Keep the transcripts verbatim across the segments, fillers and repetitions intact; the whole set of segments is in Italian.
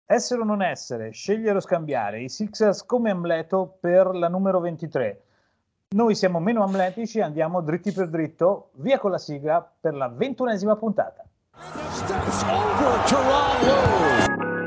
Essere o non essere, scegliere o scambiare, i Sixers come Amleto per la numero ventitré. Noi siamo meno amletici, andiamo dritti per dritto, via con la sigla per la ventunesima puntata. Steps over Toronto.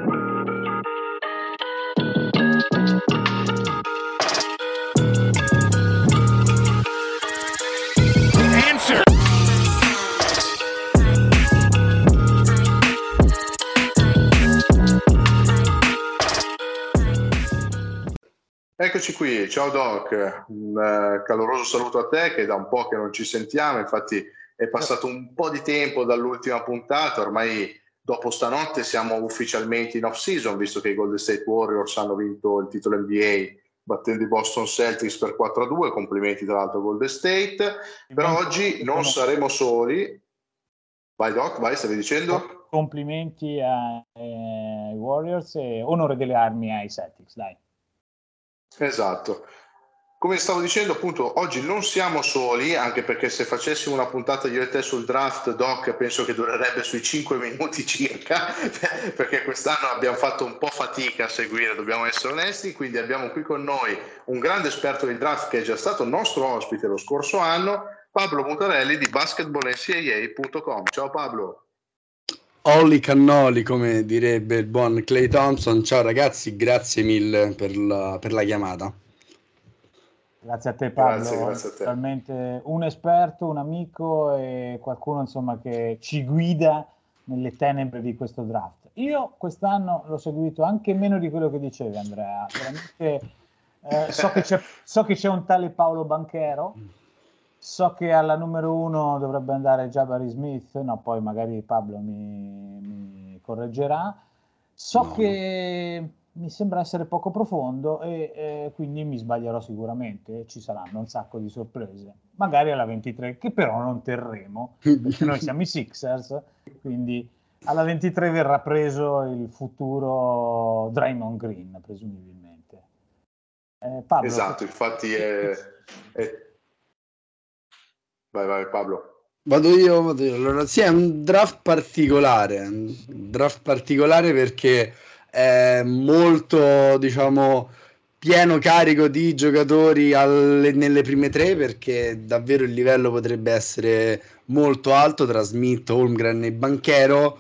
Eccoci qui, ciao Doc, un uh, caloroso saluto a te che da un po' che non ci sentiamo, infatti è passato un po' di tempo dall'ultima puntata, ormai dopo stanotte siamo ufficialmente in off-season, visto che i Golden State Warriors hanno vinto il titolo N B A battendo i Boston Celtics per quattro a due, complimenti tra l'altro Golden State, però oggi non saremo soli. Vai Doc, vai, stavi dicendo? Complimenti ai Warriors e onore delle armi ai Celtics, dai. Esatto, come stavo dicendo appunto oggi non siamo soli, anche perché se facessimo una puntata io e te sul draft, Doc, penso che durerebbe sui cinque minuti circa perché quest'anno abbiamo fatto un po' fatica a seguire, dobbiamo essere onesti, quindi abbiamo qui con noi un grande esperto di draft che è già stato nostro ospite lo scorso anno, Pablo Mutarelli di basketball N C A A punto com. Ciao Pablo. Olli cannoli, come direbbe il buon Clay Thompson. Ciao ragazzi, grazie mille per la, per la chiamata. Grazie a te Pablo, grazie, grazie a te. Realmente un esperto, un amico e qualcuno insomma che ci guida nelle tenebre di questo draft. Io quest'anno l'ho seguito anche meno di quello che dicevi Andrea, veramente eh, so, che c'è, so che c'è un tale Paolo Banchero. So che alla numero uno dovrebbe andare Jabari Smith, no, poi magari Pablo mi, mi correggerà. So no, che no. Mi sembra essere poco profondo e eh, quindi mi sbaglierò sicuramente. Ci saranno un sacco di sorprese, magari alla ventitré, che però non terremo, perché noi siamo i Sixers, quindi alla ventitré verrà preso il futuro Draymond Green, presumibilmente. Eh, Pablo, esatto, infatti è... è... Vai, vai Pablo. Vado io, vado io. Allora, sì, è un draft particolare, un draft particolare perché è molto, diciamo, pieno carico di giocatori alle, nelle prime tre, perché davvero il livello potrebbe essere molto alto tra Smith, Holmgren e Banchero.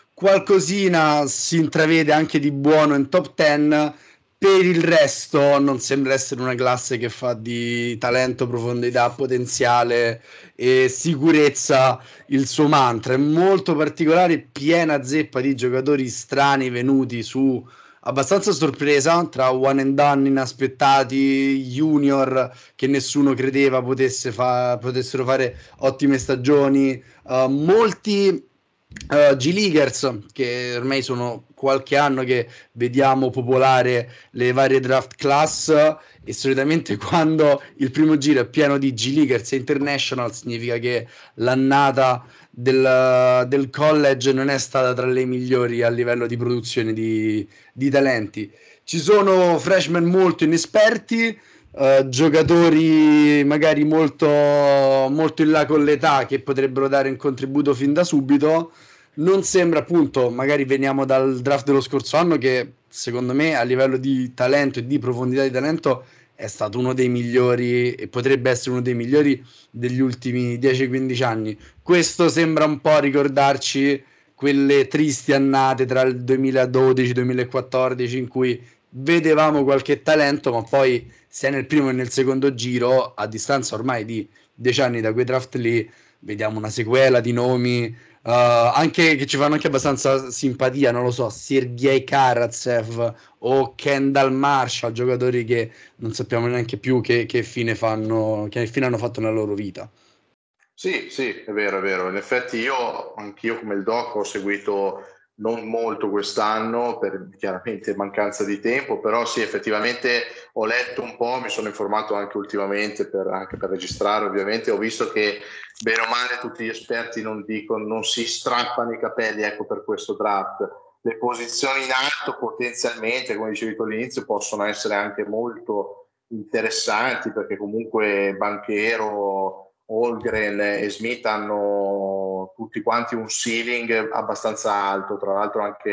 Qualcosina si intravede anche di buono in top dieci. Per il resto non sembra essere una classe che fa di talento, profondità, potenziale e sicurezza il suo mantra. È molto particolare, piena zeppa di giocatori strani venuti su abbastanza sorpresa, tra one and done inaspettati, junior che nessuno credeva potesse fa- potessero fare ottime stagioni, uh, molti Uh, G-Leaguers che ormai sono qualche anno che vediamo popolare le varie draft class, e solitamente quando il primo giro è pieno di G-Leaguers e International significa che l'annata del, del college non è stata tra le migliori a livello di produzione di, di talenti. Ci sono freshman molto inesperti, Uh, giocatori magari molto, molto in là con l'età che potrebbero dare un contributo fin da subito. Non sembra, appunto, magari veniamo dal draft dello scorso anno che secondo me a livello di talento e di profondità di talento è stato uno dei migliori e potrebbe essere uno dei migliori degli ultimi dieci quindici anni. Questo sembra un po' ricordarci quelle tristi annate tra il duemiladodici duemilaquattordici in cui vedevamo qualche talento, ma poi sia nel primo che nel secondo giro, a distanza ormai di dieci anni da quei draft lì, vediamo una sequela di nomi, uh, anche che ci fanno anche abbastanza simpatia, non lo so, Sergei Karatsev o Kendall Marshall, giocatori che non sappiamo neanche più che, che fine fanno, che fine hanno fatto nella loro vita. Sì, sì, è vero, è vero. In effetti io, anch'io come il Doc, ho seguito non molto quest'anno per chiaramente mancanza di tempo, però sì, effettivamente ho letto un po', mi sono informato anche ultimamente per, anche per registrare ovviamente, ho visto che bene o male tutti gli esperti non dicono, non si strappano i capelli, ecco, per questo draft. Le posizioni in alto potenzialmente, come dicevi tu all'inizio, possono essere anche molto interessanti perché comunque Banchero, Holmgren e Smith hanno tutti quanti un ceiling abbastanza alto, tra l'altro anche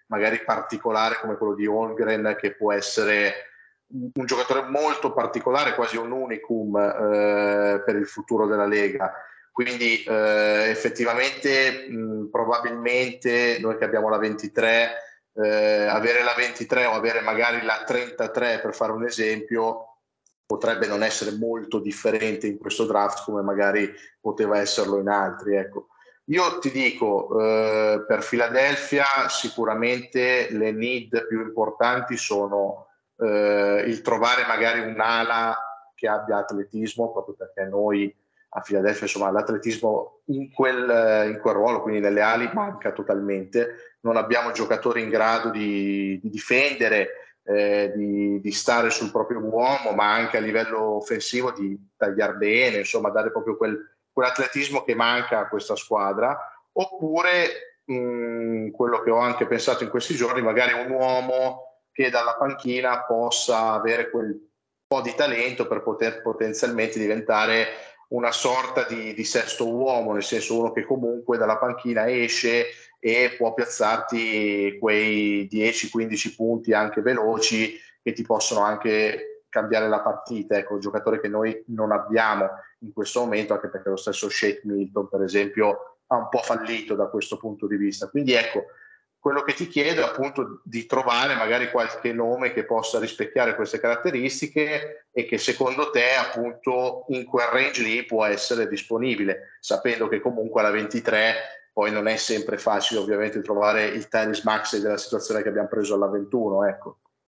magari particolare come quello di Holmgren, che può essere un giocatore molto particolare, quasi un unicum eh, per il futuro della Lega. Quindi eh, effettivamente mh, probabilmente noi che abbiamo la ventitré, eh, avere la ventitré o avere magari la trentatré, per fare un esempio, potrebbe non essere molto differente in questo draft come magari poteva esserlo in altri, ecco. Io ti dico, eh, per Philadelphia sicuramente le need più importanti sono eh, il trovare magari un'ala che abbia atletismo, proprio perché noi a Philadelphia, insomma, l'atletismo in quel, in quel ruolo, quindi nelle ali, manca totalmente. Non abbiamo giocatori in grado di, di difendere, eh, di, di stare sul proprio uomo, ma anche a livello offensivo di tagliare bene, insomma, dare proprio quel, quell'atletismo che manca a questa squadra. Oppure mh, quello che ho anche pensato in questi giorni, magari un uomo che dalla panchina possa avere quel po' di talento per poter potenzialmente diventare una sorta di, di sesto uomo, nel senso uno che comunque dalla panchina esce e può piazzarti quei dieci quindici punti anche veloci che ti possono anche cambiare la partita. Ecco, un giocatore che noi non abbiamo in questo momento, anche perché lo stesso Shake Milton, per esempio, ha un po' fallito da questo punto di vista. Quindi ecco, quello che ti chiedo è appunto di trovare magari qualche nome che possa rispecchiare queste caratteristiche e che secondo te appunto in quel range lì può essere disponibile, sapendo che comunque alla ventitré poi non è sempre facile ovviamente trovare il Tyrese Maxey della situazione che abbiamo preso alla ventuno, ecco.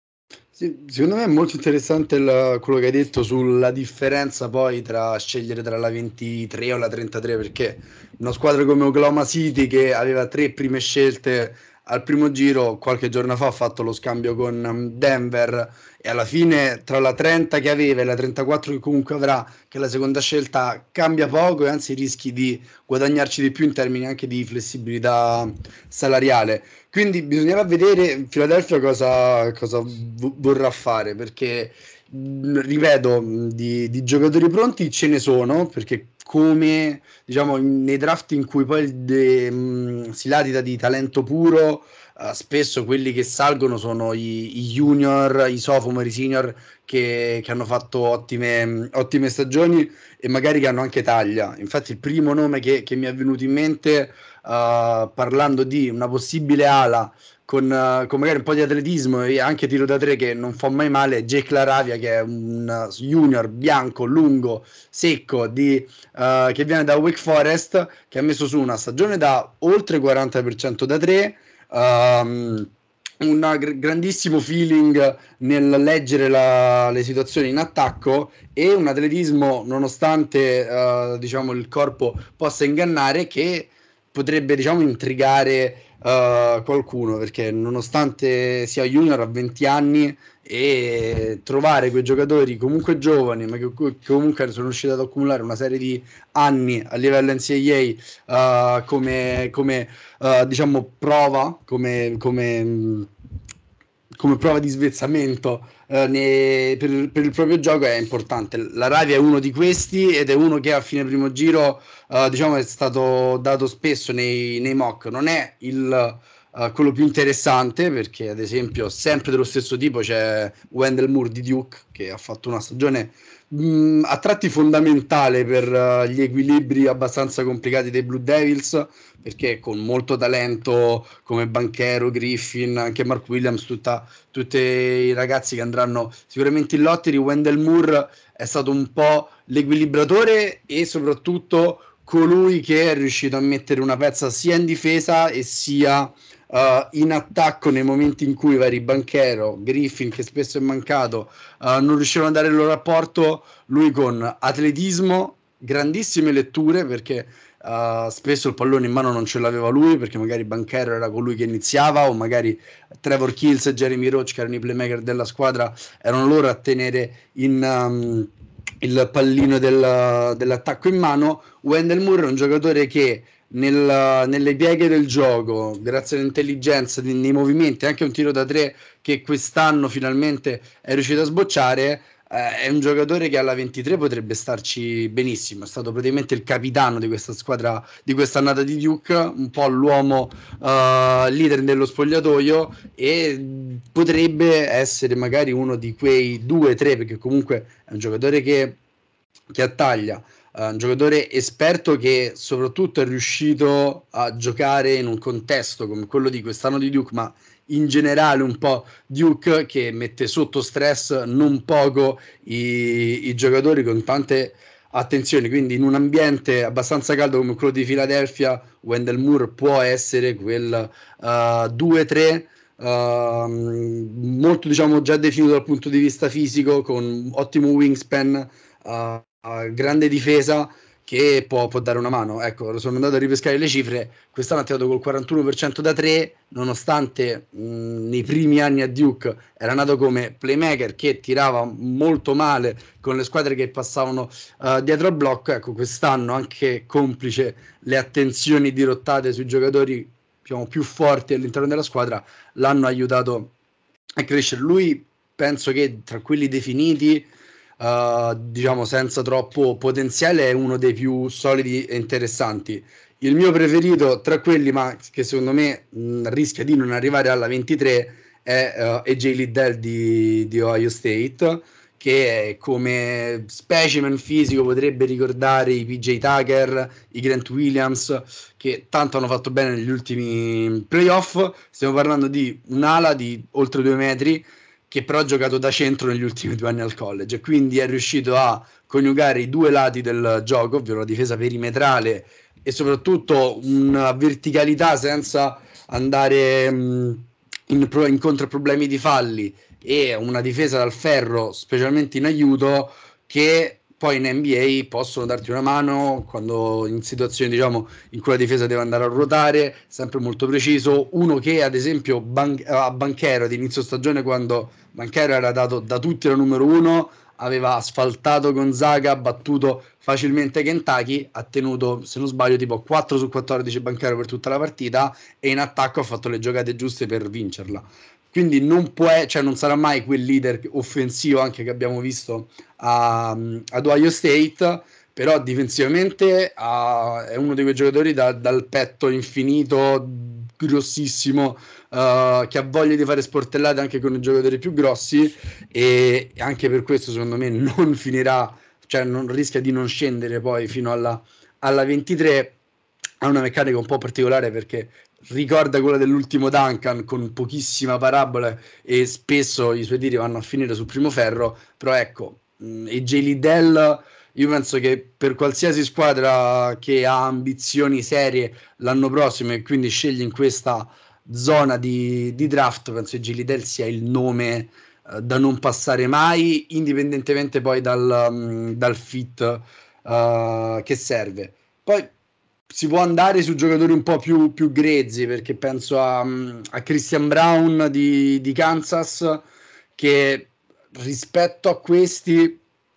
Sì, secondo me è molto interessante il, quello che hai detto sulla differenza poi tra scegliere tra la ventitré o la trentatré, perché una squadra come Oklahoma City, che aveva tre prime scelte al primo giro, qualche giorno fa ha fatto lo scambio con Denver e alla fine tra la trenta che aveva e la trentaquattro che comunque avrà, che è la seconda scelta, cambia poco e anzi rischi di guadagnarci di più in termini anche di flessibilità salariale. Quindi bisognerà vedere Philadelphia cosa, cosa v- vorrà fare, perché mh, rivedo mh, di, di giocatori pronti ce ne sono, perché come diciamo in- nei draft in cui poi de, mh, si latita di talento puro, uh, spesso quelli che salgono sono i, i junior, i sophomore, i senior che, che hanno fatto ottime, mh, ottime stagioni e magari che hanno anche taglia. Infatti il primo nome che, che mi è venuto in mente uh, parlando di una possibile ala con, uh, con magari un po' di atletismo e anche tiro da tre che non fa mai male, Jake Laravia, che è un junior bianco, lungo, secco di, uh, che viene da Wake Forest, che ha messo su una stagione da oltre quaranta per cento da tre, um, un gr- grandissimo feeling nel leggere la, le situazioni in attacco e un atletismo, nonostante uh, diciamo il corpo possa ingannare, che potrebbe diciamo intrigare uh, qualcuno, perché nonostante sia junior a venti anni e trovare quei giocatori comunque giovani ma che, che comunque sono riusciti ad accumulare una serie di anni a livello N C A A uh, come, come uh, diciamo prova come, come, come prova di svezzamento uh, ne, per, per il proprio gioco è importante. Laravia è uno di questi ed è uno che a fine primo giro uh, diciamo è stato dato spesso nei, nei mock. Non è il Uh, quello più interessante, perché ad esempio sempre dello stesso tipo c'è Wendell Moore di Duke, che ha fatto una stagione mh, a tratti fondamentale per uh, gli equilibri abbastanza complicati dei Blue Devils, perché con molto talento come Banchero, Griffin, anche Mark Williams, tutta, tutti i ragazzi che andranno sicuramente in lottery, Wendell Moore è stato un po' l'equilibratore e soprattutto colui che è riuscito a mettere una pezza sia in difesa e sia Uh, in attacco nei momenti in cui vari Banchero, Griffin, che spesso è mancato, uh, non riuscivano a dare il loro rapporto. Lui con atletismo, grandissime letture, perché uh, spesso il pallone in mano non ce l'aveva lui, perché magari Banchero era colui che iniziava, o magari Trevor Kills e Jeremy Roach, che erano i playmaker della squadra, erano loro a tenere in um, il pallino del, dell'attacco in mano. Wendell Moore è un giocatore che Nel, nelle pieghe del gioco, grazie all'intelligenza nei movimenti, anche un tiro da tre che quest'anno finalmente è riuscito a sbocciare, eh, è un giocatore che alla ventitré potrebbe starci benissimo, è stato praticamente il capitano di questa squadra, di questa annata di Duke, un po' l'uomo uh, leader dello spogliatoio, e potrebbe essere magari uno di quei due tre, perché comunque è un giocatore che, che attaglia, uh, un giocatore esperto che soprattutto è riuscito a giocare in un contesto come quello di quest'anno di Duke, ma in generale un po' Duke, che mette sotto stress non poco i, i giocatori con tante attenzioni, quindi in un ambiente abbastanza caldo come quello di Philadelphia Wendell Moore può essere quel uh, due tre uh, molto, diciamo, già definito dal punto di vista fisico, con ottimo wingspan, uh, uh, grande difesa, che può, può dare una mano. Ecco, sono andato a ripescare le cifre, quest'anno ha tirato col quarantuno per cento da tre, nonostante mh, nei primi anni a Duke era nato come playmaker che tirava molto male con le squadre che passavano uh, dietro al blocco. Ecco, quest'anno, anche complice le attenzioni dirottate sui giocatori, diciamo, più forti all'interno della squadra, l'hanno aiutato a crescere. Lui, penso che tra quelli definiti, Uh, diciamo senza troppo potenziale, è uno dei più solidi e interessanti. Il mio preferito tra quelli, ma che secondo me mh, rischia di non arrivare alla ventitré, è uh, A J Liddell di, di Ohio State, che è, come specimen fisico, potrebbe ricordare i P J Tucker, i Grant Williams, che tanto hanno fatto bene negli ultimi playoff. Stiamo parlando di un'ala di oltre due metri, che però ha giocato da centro negli ultimi due anni al college, e quindi è riuscito a coniugare i due lati del gioco, ovvero la difesa perimetrale e soprattutto una verticalità senza andare mh, in, incontro a problemi di falli, e una difesa dal ferro, specialmente in aiuto, che poi in N B A possono darti una mano quando in situazioni, diciamo, in cui la difesa deve andare a ruotare, sempre molto preciso. Uno che ad esempio ban- a Banchero ad inizio stagione, quando Banchero era dato da tutti la numero uno, aveva asfaltato Gonzaga, battuto facilmente Kentucky, ha tenuto, se non sbaglio, tipo quattro su quattordici Banchero per tutta la partita, e in attacco ha fatto le giocate giuste per vincerla. Quindi non può, cioè non sarà mai quel leader offensivo anche che abbiamo visto a, ad Ohio State, però difensivamente uh, è uno di quei giocatori da, dal petto infinito, grossissimo, uh, che ha voglia di fare sportellate anche con i giocatori più grossi, e anche per questo secondo me non finirà, cioè non rischia di non scendere poi fino alla, alla ventitré. Ha una meccanica un po' particolare, perché ricorda quella dell'ultimo Duncan, con pochissima parabola e spesso i suoi tiri vanno a finire sul primo ferro. Però ecco, mh, e J. Liddell, io penso che per qualsiasi squadra che ha ambizioni serie l'anno prossimo e quindi sceglie in questa zona di, di draft, penso che J. Liddell sia il nome uh, da non passare mai, indipendentemente poi dal, um, dal fit uh, che serve. Poi si può andare su giocatori un po' più, più grezzi, perché penso a, a Christian Braun di, di Kansas, che rispetto a questi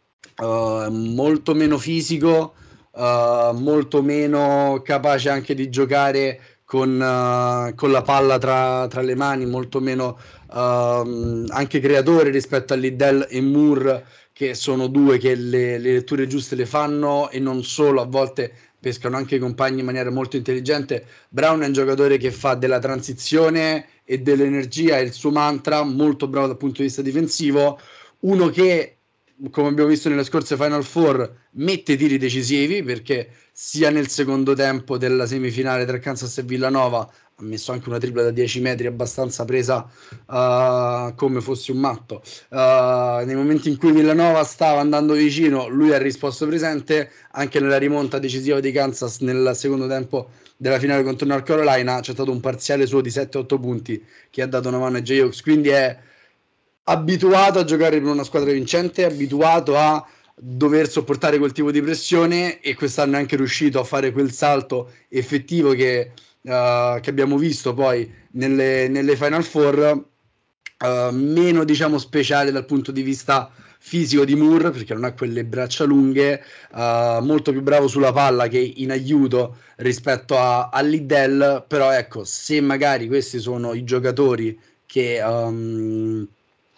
uh, molto meno fisico, uh, molto meno capace anche di giocare con, uh, con la palla tra, tra le mani, molto meno uh, anche creatore rispetto a Liddell e Moore, che sono due che le, le letture giuste le fanno, e non solo, a volte pescano anche i compagni in maniera molto intelligente. Brown è un giocatore che fa della transizione e dell'energia il suo mantra, molto bravo dal punto di vista difensivo, uno che, come abbiamo visto nelle scorse Final Four, mette tiri decisivi, perché sia nel secondo tempo della semifinale tra Kansas e Villanova ha messo anche una tripla da dieci metri abbastanza presa uh, come fosse un matto. Uh, nei momenti in cui Villanova stava andando vicino, lui ha risposto presente. Anche nella rimonta decisiva di Kansas nel secondo tempo della finale contro North Carolina c'è stato un parziale suo di sette otto punti che ha dato una mano ai Jayhawks. Quindi è abituato a giocare per una squadra vincente, è abituato a dover sopportare quel tipo di pressione, e quest'anno è anche riuscito a fare quel salto effettivo che Uh, che abbiamo visto poi nelle, nelle Final Four, uh, meno, diciamo, speciale dal punto di vista fisico di Moore, perché non ha quelle braccia lunghe, uh, molto più bravo sulla palla che in aiuto rispetto a, a Liddell. Però ecco, se magari questi sono i giocatori che um,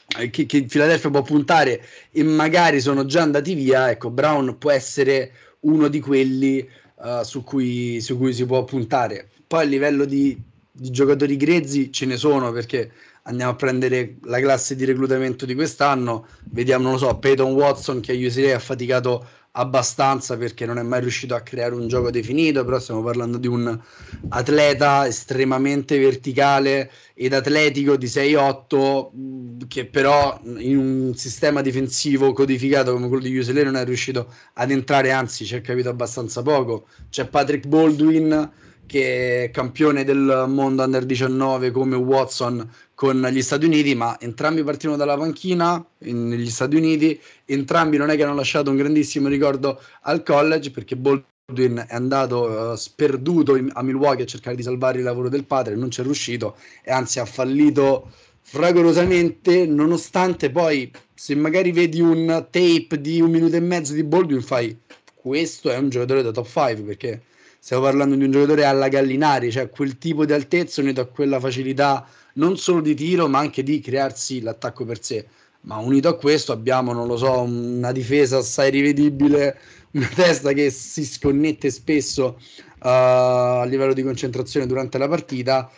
che, che Philadelphia può puntare e magari sono già andati via, ecco, Brown può essere uno di quelli uh, su, cui, su cui si può puntare. Poi a livello di, di giocatori grezzi ce ne sono, perché andiamo a prendere la classe di reclutamento di quest'anno, vediamo, non lo so, Peyton Watson, che a U C L A ha faticato abbastanza perché non è mai riuscito a creare un gioco definito, però stiamo parlando di un atleta estremamente verticale ed atletico di sei otto, che però in un sistema difensivo codificato come quello di U C L A non è riuscito ad entrare, anzi ci è capito abbastanza poco. C'è Patrick Baldwin, che è campione del mondo under diciannove come Watson con gli Stati Uniti, ma entrambi partivano dalla panchina in, negli Stati Uniti, entrambi non è che hanno lasciato un grandissimo ricordo al college, perché Baldwin è andato uh, sperduto in, a Milwaukee a cercare di salvare il lavoro del padre, non ci è riuscito e anzi ha fallito fragorosamente, nonostante poi se magari vedi un tape di un minuto e mezzo di Baldwin fai, questo è un giocatore da top cinque, perché stiamo parlando di un giocatore alla Gallinari, cioè quel tipo di altezza unito a quella facilità non solo di tiro ma anche di crearsi l'attacco per sé. Ma unito a questo abbiamo, non lo so, una difesa assai rivedibile, una testa che si sconnette spesso uh, a livello di concentrazione durante la partita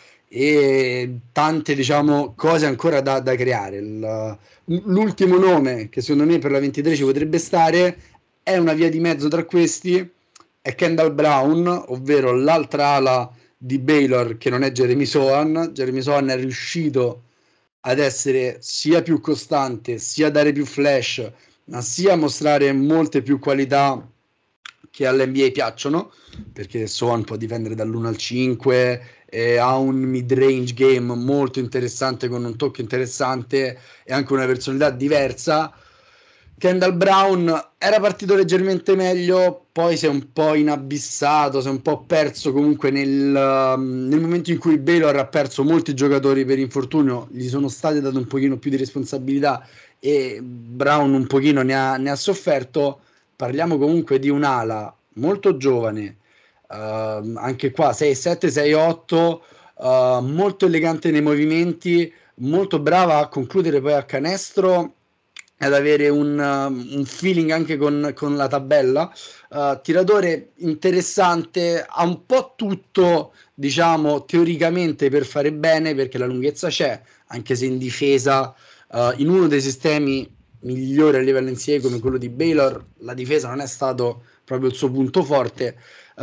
e tante, diciamo, cose ancora da, da creare. Il, l'ultimo nome che secondo me per la ventitré ci potrebbe stare è una via di mezzo tra questi, è Kendall Brown, ovvero l'altra ala di Baylor che non è Jeremy Sohan. Jeremy Sohan è riuscito ad essere sia più costante, sia a dare più flash, ma sia a mostrare molte più qualità che all'N B A piacciono, perché Sohan può difendere dall'uno al cinque, eh, ha un mid-range game molto interessante con un tocco interessante e anche una personalità diversa. Kendall Brown era partito leggermente meglio, poi si è un po' inabissato, si è un po' perso comunque nel, nel momento in cui Baylor ha perso molti giocatori per infortunio, gli sono state date un pochino più di responsabilità e Brown un pochino ne ha, ne ha sofferto. Parliamo comunque di un'ala molto giovane, uh, anche qua sei sette sei otto, uh, molto elegante nei movimenti, molto brava a concludere poi a canestro, ad avere un, uh, un feeling anche con, con la tabella, uh, tiratore interessante, ha un po' tutto, diciamo, teoricamente per fare bene, perché la lunghezza c'è, anche se in difesa, uh, in uno dei sistemi migliori a livello N C A A come quello di Baylor, la difesa non è stato proprio il suo punto forte,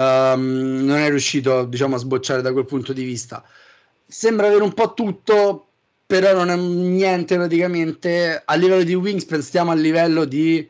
um, non è riuscito, diciamo, a sbocciare da quel punto di vista. Sembra avere un po' tutto, però non è niente praticamente. A livello di wingspan stiamo a livello di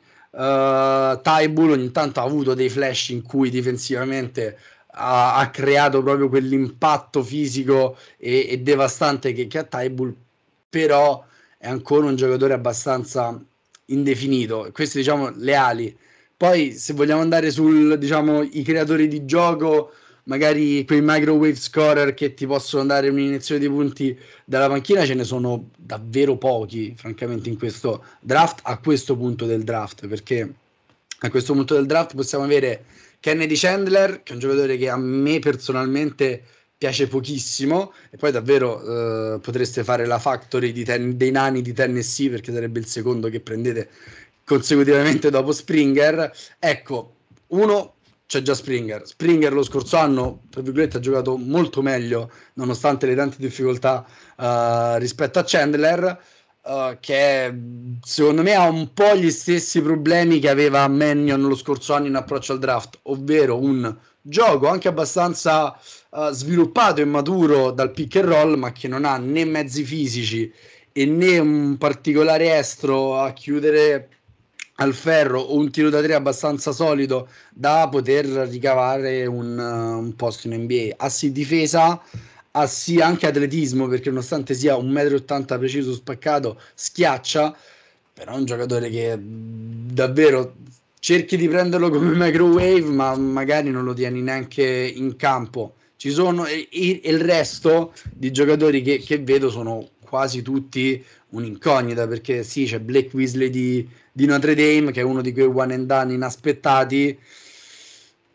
uh, Thybulle. Ogni tanto ha avuto dei flash in cui difensivamente ha, ha creato proprio quell'impatto fisico e, e devastante che, che ha Thybulle, però è ancora un giocatore abbastanza indefinito. Queste, diciamo, le ali. Poi se vogliamo andare sul, diciamo, i creatori di gioco, magari quei microwave scorer che ti possono dare un'iniezione di punti dalla panchina, ce ne sono davvero pochi francamente in questo draft, a questo punto del draft, perché a questo punto del draft possiamo avere Kennedy Chandler, che è un giocatore che a me personalmente piace pochissimo, e poi davvero eh, potreste fare la factory di ten- dei nani di Tennessee, perché sarebbe il secondo che prendete consecutivamente dopo Springer. Ecco, uno, c'è già Springer. Springer lo scorso anno, tra virgolette, ha giocato molto meglio, nonostante le tante difficoltà uh, rispetto a Chandler, uh, che secondo me ha un po' gli stessi problemi che aveva Mannion lo scorso anno in approccio al draft, ovvero un gioco anche abbastanza uh, sviluppato e maturo dal pick and roll, ma che non ha né mezzi fisici e né un particolare estro a chiudere al ferro o un tiro da tre abbastanza solido da poter ricavare un, uh, un posto in N B A. Ha sì difesa, ha sì anche atletismo, perché nonostante sia un metro e ottanta preciso spaccato, schiaccia, però è un giocatore che davvero cerchi di prenderlo come microwave, ma magari non lo tieni neanche in campo. Ci sono e, e il resto di giocatori che, che vedo sono quasi tutti un'incognita, perché sì, c'è Blake Weasley di, di Notre Dame, che è uno di quei one and done inaspettati,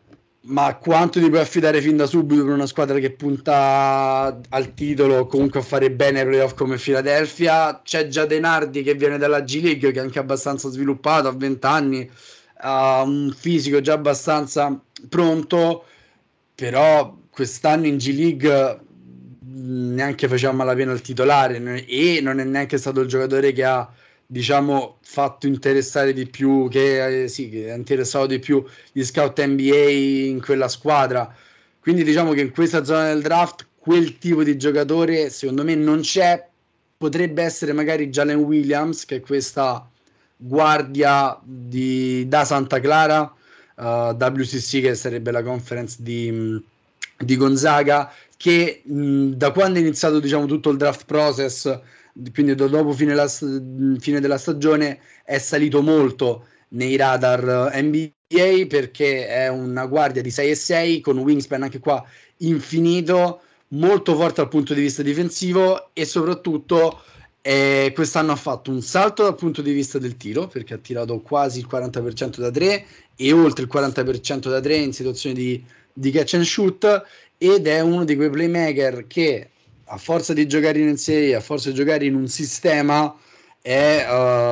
ma quanto ti puoi affidare fin da subito per una squadra che punta al titolo o comunque a fare bene ai playoff come Philadelphia? C'è già Denardi che viene dalla G League, che è anche abbastanza sviluppato, ha venti anni, ha un fisico già abbastanza pronto, però quest'anno in G League neanche faceva malapena il titolare e non è neanche stato il giocatore che ha, diciamo, fatto interessare di più, che, eh, sì, che ha interessato di più gli scout N B A in quella squadra. Quindi diciamo che in questa zona del draft quel tipo di giocatore secondo me non c'è. Potrebbe essere magari Jalen Williams, che è questa guardia di, da Santa Clara, uh, W C C, che sarebbe la conference di, di Gonzaga, che mh, da quando è iniziato, diciamo, tutto il draft process, quindi dopo fine, la, fine della stagione, è salito molto nei radar N B A, perché è una guardia di sei e sei con un wingspan anche qua infinito, molto forte dal punto di vista difensivo e soprattutto eh, quest'anno ha fatto un salto dal punto di vista del tiro, perché ha tirato quasi il quaranta per cento da tre e oltre il quaranta per cento da tre in situazioni di, di catch and shoot, ed è uno di quei playmaker che a forza di giocare in N C A A, a forza di giocare in un sistema, è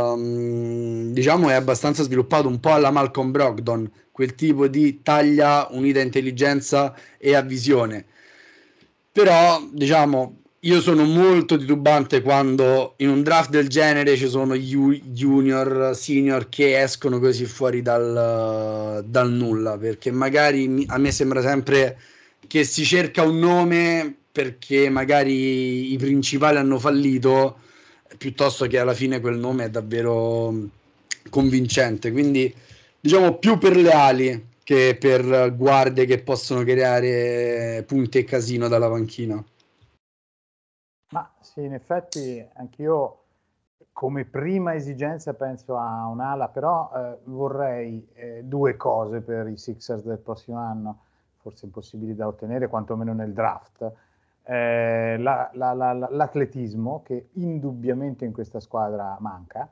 um, diciamo è abbastanza sviluppato, un po' alla Malcolm Brogdon, quel tipo di taglia unita a intelligenza e a visione. Però diciamo io sono molto titubante quando in un draft del genere ci sono junior, senior che escono così fuori dal, dal nulla, perché magari a me sembra sempre che si cerca un nome perché magari i principali hanno fallito, piuttosto che alla fine quel nome è davvero convincente. Quindi diciamo più per le ali che per guardie che possono creare punti e casino dalla panchina. Ma sì, in effetti anch'io come prima esigenza penso a un'ala, però eh, vorrei eh, due cose per i Sixers del prossimo anno, forse impossibili da ottenere, quantomeno nel draft. Eh, la, la, la, l'atletismo, che indubbiamente in questa squadra manca,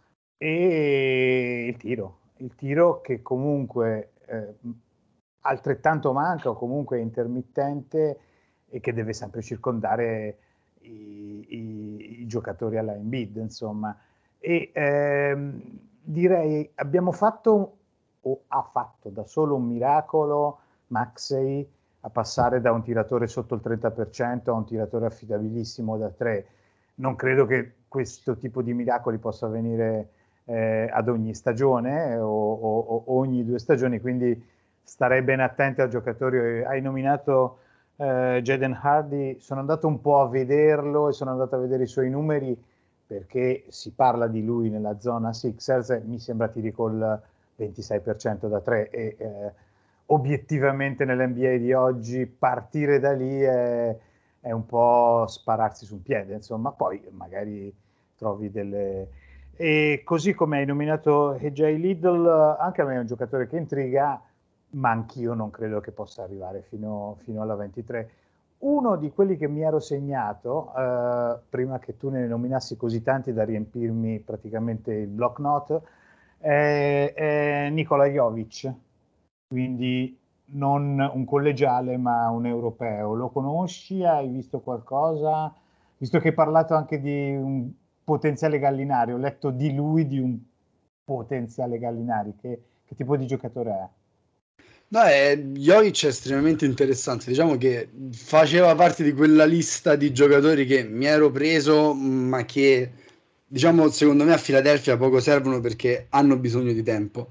e il tiro, il tiro che comunque eh, altrettanto manca o comunque è intermittente e che deve sempre circondare i, i, i giocatori alla Embiid, insomma. E ehm, direi abbiamo fatto o ha fatto da solo un miracolo Maxey a passare da un tiratore sotto il trenta per cento a un tiratore affidabilissimo da tre. Non credo che questo tipo di miracoli possa avvenire eh, ad ogni stagione o, o, o ogni due stagioni, quindi starei ben attenti al giocatore. Hai nominato eh, Jaden Hardy, sono andato un po' a vederlo e sono andato a vedere i suoi numeri, perché si parla di lui nella zona Sixers, mi sembra tiri col ventisei per cento da tre e eh, obiettivamente nell'N B A di oggi partire da lì è, è un po' spararsi su un piede, insomma. Poi magari trovi delle... E così come hai nominato A J Liddell, anche a me è un giocatore che intriga, ma anch'io non credo che possa arrivare fino, fino alla ventitré. Uno di quelli che mi ero segnato, eh, prima che tu ne nominassi così tanti da riempirmi praticamente il block note, è, è Nikola Jovic, quindi non un collegiale ma un europeo. Lo conosci? Hai visto qualcosa? Visto che hai parlato anche di un potenziale Gallinari, ho letto di lui di un potenziale Gallinari, che, che tipo di giocatore è? No, è, Jovic è estremamente interessante, diciamo che faceva parte di quella lista di giocatori che mi ero preso, ma che diciamo secondo me a Philadelphia poco servono perché hanno bisogno di tempo.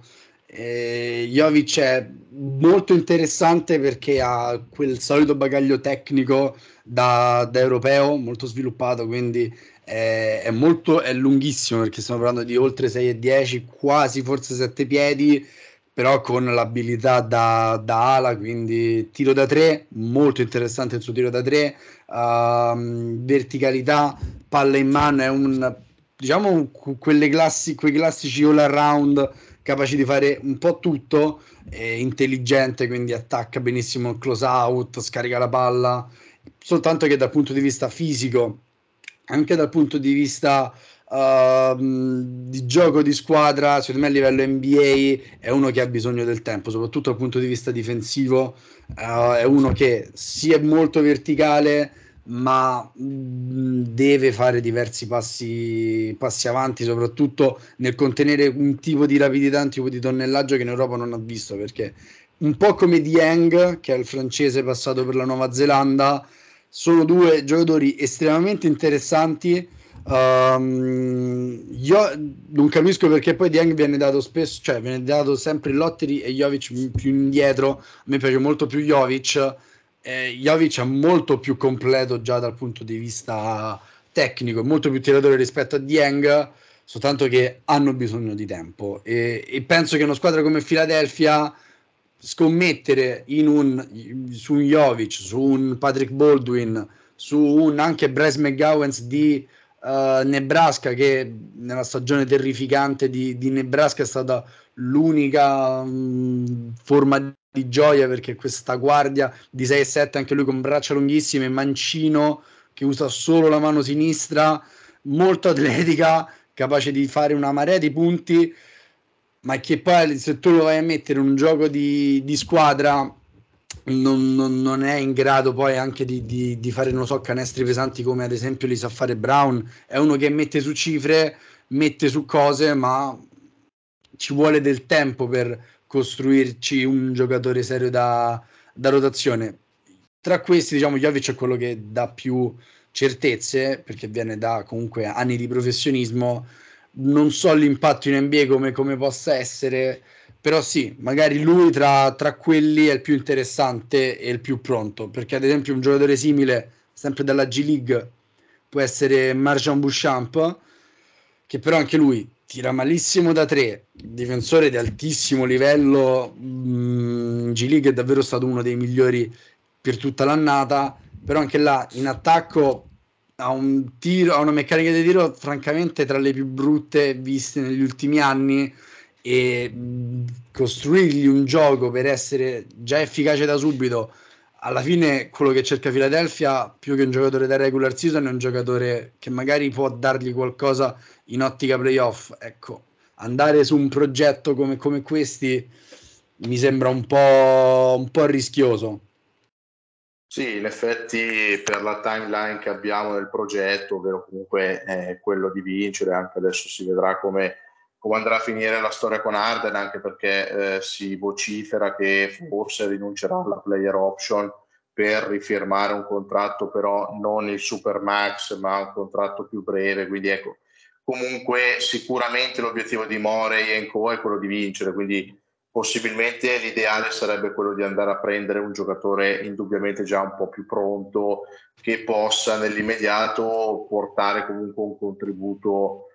Eh, Jovic è molto interessante perché ha quel solito bagaglio tecnico da, da europeo molto sviluppato, quindi è, è molto è lunghissimo, perché stiamo parlando di oltre sei e dieci, quasi forse sette piedi, però con l'abilità da, da ala, quindi tiro da tre, molto interessante il suo tiro da tre, uh, verticalità, palla in mano, è un diciamo quelle classi, quei classici all around capaci di fare un po' tutto, è intelligente, quindi attacca benissimo il close out, scarica la palla, soltanto che dal punto di vista fisico, anche dal punto di vista uh, di gioco di squadra, secondo me a livello N B A è uno che ha bisogno del tempo, soprattutto dal punto di vista difensivo. Uh, è uno che sì è molto verticale, ma mh, deve fare diversi passi, passi avanti, soprattutto nel contenere un tipo di rapidità, un tipo di tonnellaggio che in Europa non ha visto, perché un po' come Dieng, che è il francese passato per la Nuova Zelanda, sono due giocatori estremamente interessanti. Um, io non capisco perché poi Dieng viene dato spesso, cioè viene dato sempre Lottery e Jovic più indietro. A me piace molto più Jovic. Eh, Jovic è molto più completo già dal punto di vista tecnico, è molto più tiratore rispetto a Dieng, soltanto che hanno bisogno di tempo e, e penso che una squadra come Philadelphia scommettere in un, su un Jovic, su un Patrick Baldwin, su un anche Bryce McGowens di uh, Nebraska, che nella stagione terrificante di, di Nebraska è stata l'unica um, forma di gioia, perché questa guardia di sei e sette, anche lui con braccia lunghissime, mancino, che usa solo la mano sinistra, molto atletica, capace di fare una marea di punti, ma che poi se tu lo vai a mettere in un gioco di, di squadra non, non, non è in grado poi anche di, di, di fare, non so, canestri pesanti come ad esempio li sa fare Brown. È uno che mette su cifre, mette su cose, ma ci vuole del tempo per costruirci un giocatore serio da, da rotazione. Tra questi, diciamo, Jovic è quello che dà più certezze, perché viene da comunque anni di professionismo. Non so l'impatto in N B A come, come possa essere, però sì, magari lui tra, tra quelli è il più interessante e il più pronto, perché ad esempio un giocatore simile, sempre dalla G League, può essere Marjan Beauchamp, che però anche lui tira malissimo da tre, difensore di altissimo livello, in G League è davvero stato uno dei migliori per tutta l'annata, però anche là in attacco ha un tiro, ha una meccanica di tiro francamente tra le più brutte viste negli ultimi anni, e costruirgli un gioco per essere già efficace da subito, alla fine quello che cerca Philadelphia più che un giocatore da regular season è un giocatore che magari può dargli qualcosa in ottica playoff. Ecco, andare su un progetto come, come questi mi sembra un po', un po' rischioso. Sì, in effetti per la timeline che abbiamo nel progetto, ovvero comunque eh, quello di vincere, anche adesso si vedrà come, come andrà a finire la storia con Harden, anche perché eh, si vocifera che forse rinuncerà alla player option per rifirmare un contratto, però non il super max, ma un contratto più breve, quindi ecco, comunque sicuramente l'obiettivo di Morey e Co è quello di vincere, quindi possibilmente l'ideale sarebbe quello di andare a prendere un giocatore indubbiamente già un po' più pronto, che possa nell'immediato portare comunque un contributo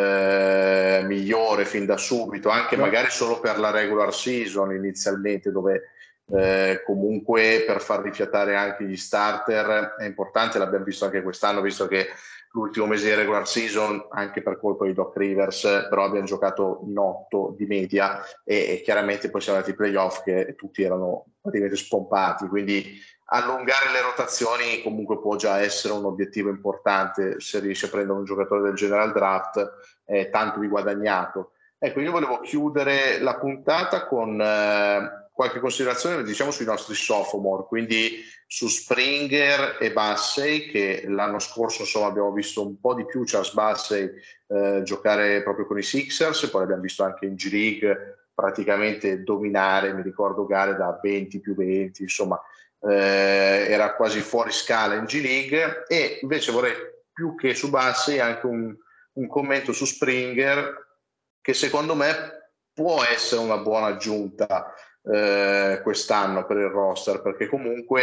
eh, migliore fin da subito, anche magari solo per la regular season inizialmente, dove eh, comunque per far rifiatare anche gli starter è importante. L'abbiamo visto anche quest'anno, visto che l'ultimo mese di regular season, anche per colpa di Doc Rivers, però abbiamo giocato in otto di media e, e chiaramente poi siamo andati ai playoff che tutti erano praticamente spompati, quindi allungare le rotazioni comunque può già essere un obiettivo importante. Se riesci a prendere un giocatore del general draft è tanto di guadagnato. Ecco, io volevo chiudere la puntata con eh, qualche considerazione, diciamo, sui nostri sophomore, quindi su Springer e Bassey, che l'anno scorso insomma abbiamo visto un po' di più Charles Bassey eh, giocare proprio con i Sixers, poi abbiamo visto anche in G League praticamente dominare, mi ricordo gare da venti più venti, insomma eh, era quasi fuori scala in G League. E invece vorrei, più che su Bassey, anche un, un commento su Springer, che secondo me può essere una buona aggiunta eh, quest'anno per il roster, perché comunque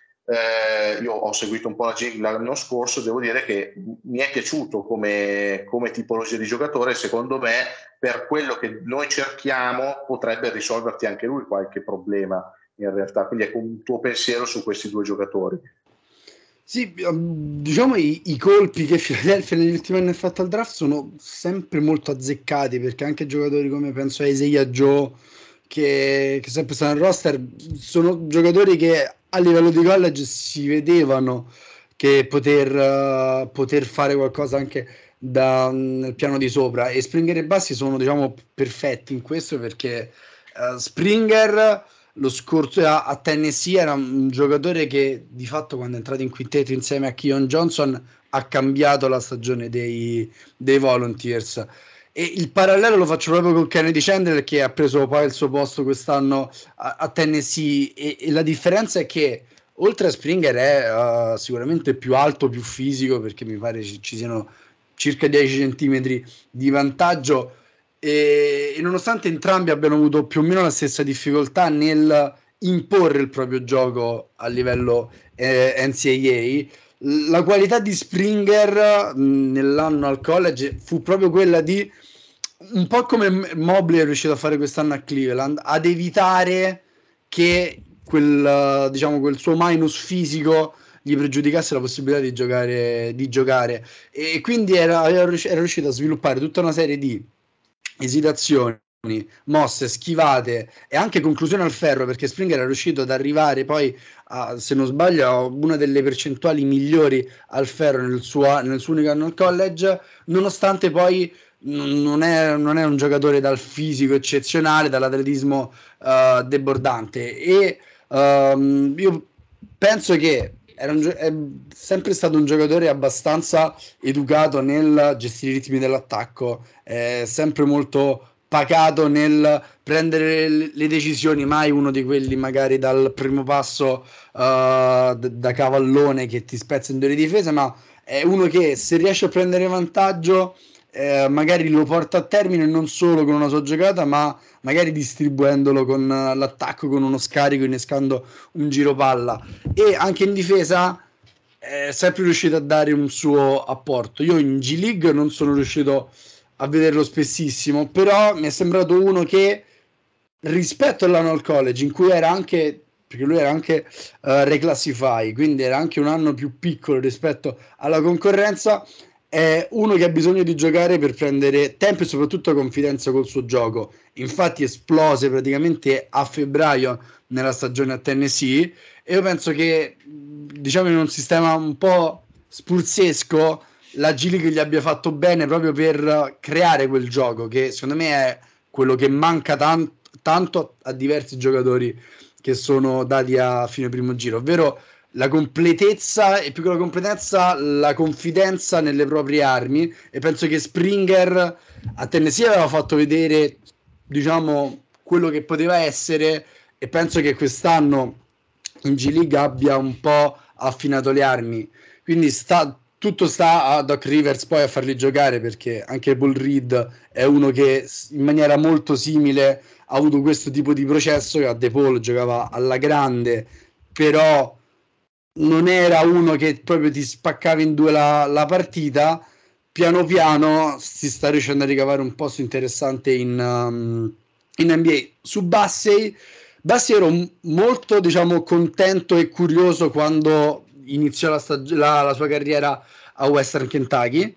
eh, io ho seguito un po' la G l'anno scorso, devo dire che mi è piaciuto come, come tipologia di giocatore. Secondo me, per quello che noi cerchiamo, potrebbe risolverti anche lui qualche problema in realtà. Quindi ecco un tuo pensiero su questi due giocatori. Sì, diciamo i, i colpi che Philadelphia negli ultimi anni ha fatto al draft sono sempre molto azzeccati, perché anche giocatori come penso a Isaiah Joe, che, che sempre stanno nel roster, sono giocatori che a livello di college si vedevano che poter, uh, poter fare qualcosa anche da, nel piano di sopra, e Springer e Bassi sono, diciamo, perfetti in questo, perché uh, Springer lo scorso a, a Tennessee era un giocatore che di fatto, quando è entrato in quintetto insieme a Keon Johnson, ha cambiato la stagione dei, dei Volunteers. E il parallelo lo faccio proprio con Kennedy Chandler, che ha preso poi il suo posto quest'anno a, a Tennessee, e, e la differenza è che oltre a Springer è uh, sicuramente più alto, più fisico, perché mi pare ci, ci siano circa dieci centimetri di vantaggio, e, e nonostante entrambi abbiano avuto più o meno la stessa difficoltà nel imporre il proprio gioco a livello eh, N C A A, la qualità di Springer mh, nell'anno al college fu proprio quella di, un po' come Mobley è riuscito a fare quest'anno a Cleveland, ad evitare che quel, diciamo, quel suo minus fisico gli pregiudicasse la possibilità di giocare, di giocare. E quindi era, era riuscito a sviluppare tutta una serie di esitazioni, mosse, schivate e anche conclusione al ferro, perché Springer è riuscito ad arrivare poi a, se non sbaglio, a una delle percentuali migliori al ferro nel suo, nel suo unico anno al college, nonostante poi non è, non è un giocatore dal fisico eccezionale, dall'atletismo uh, debordante, e um, io penso che era un, è sempre stato un giocatore abbastanza educato nel gestire i ritmi dell'attacco, è sempre molto pacato nel prendere le decisioni, mai uno di quelli magari dal primo passo uh, d- da cavallone che ti spezza in due di difesa, ma è uno che, se riesce a prendere vantaggio, eh, magari lo porta a termine non solo con una sua giocata, ma magari distribuendolo con uh, l'attacco, con uno scarico, innescando un giro palla. E anche in difesa è sempre riuscito a dare un suo apporto. Io in G League non sono riuscito a vederlo spessissimo, però mi è sembrato uno che, rispetto all'anno al college, in cui era anche, perché lui era anche uh, reclassify, quindi era anche un anno più piccolo rispetto alla concorrenza, è uno che ha bisogno di giocare per prendere tempo e soprattutto confidenza col suo gioco. Infatti esplose praticamente a febbraio nella stagione a Tennessee, e io penso che, diciamo, in un sistema un po' spurzesco, la G League gli abbia fatto bene proprio per creare quel gioco che secondo me è quello che manca tan- tanto a diversi giocatori che sono dati a fine primo giro, ovvero la completezza, e più che la completezza, la confidenza nelle proprie armi. E penso che Springer a Tennessee aveva fatto vedere, diciamo, quello che poteva essere, e penso che quest'anno in G League abbia un po' affinato le armi. Quindi sta tutto sta a Doc Rivers poi a farli giocare, perché anche Paul Reed è uno che in maniera molto simile ha avuto questo tipo di processo, che a DePaul giocava alla grande, però non era uno che proprio ti spaccava in due la, la partita. Piano piano si sta riuscendo a ricavare un posto interessante in, um, in N B A. Su Bassey, Bassey ero m- molto, diciamo, contento e curioso quando iniziò la, stag- la, la sua carriera a Western Kentucky,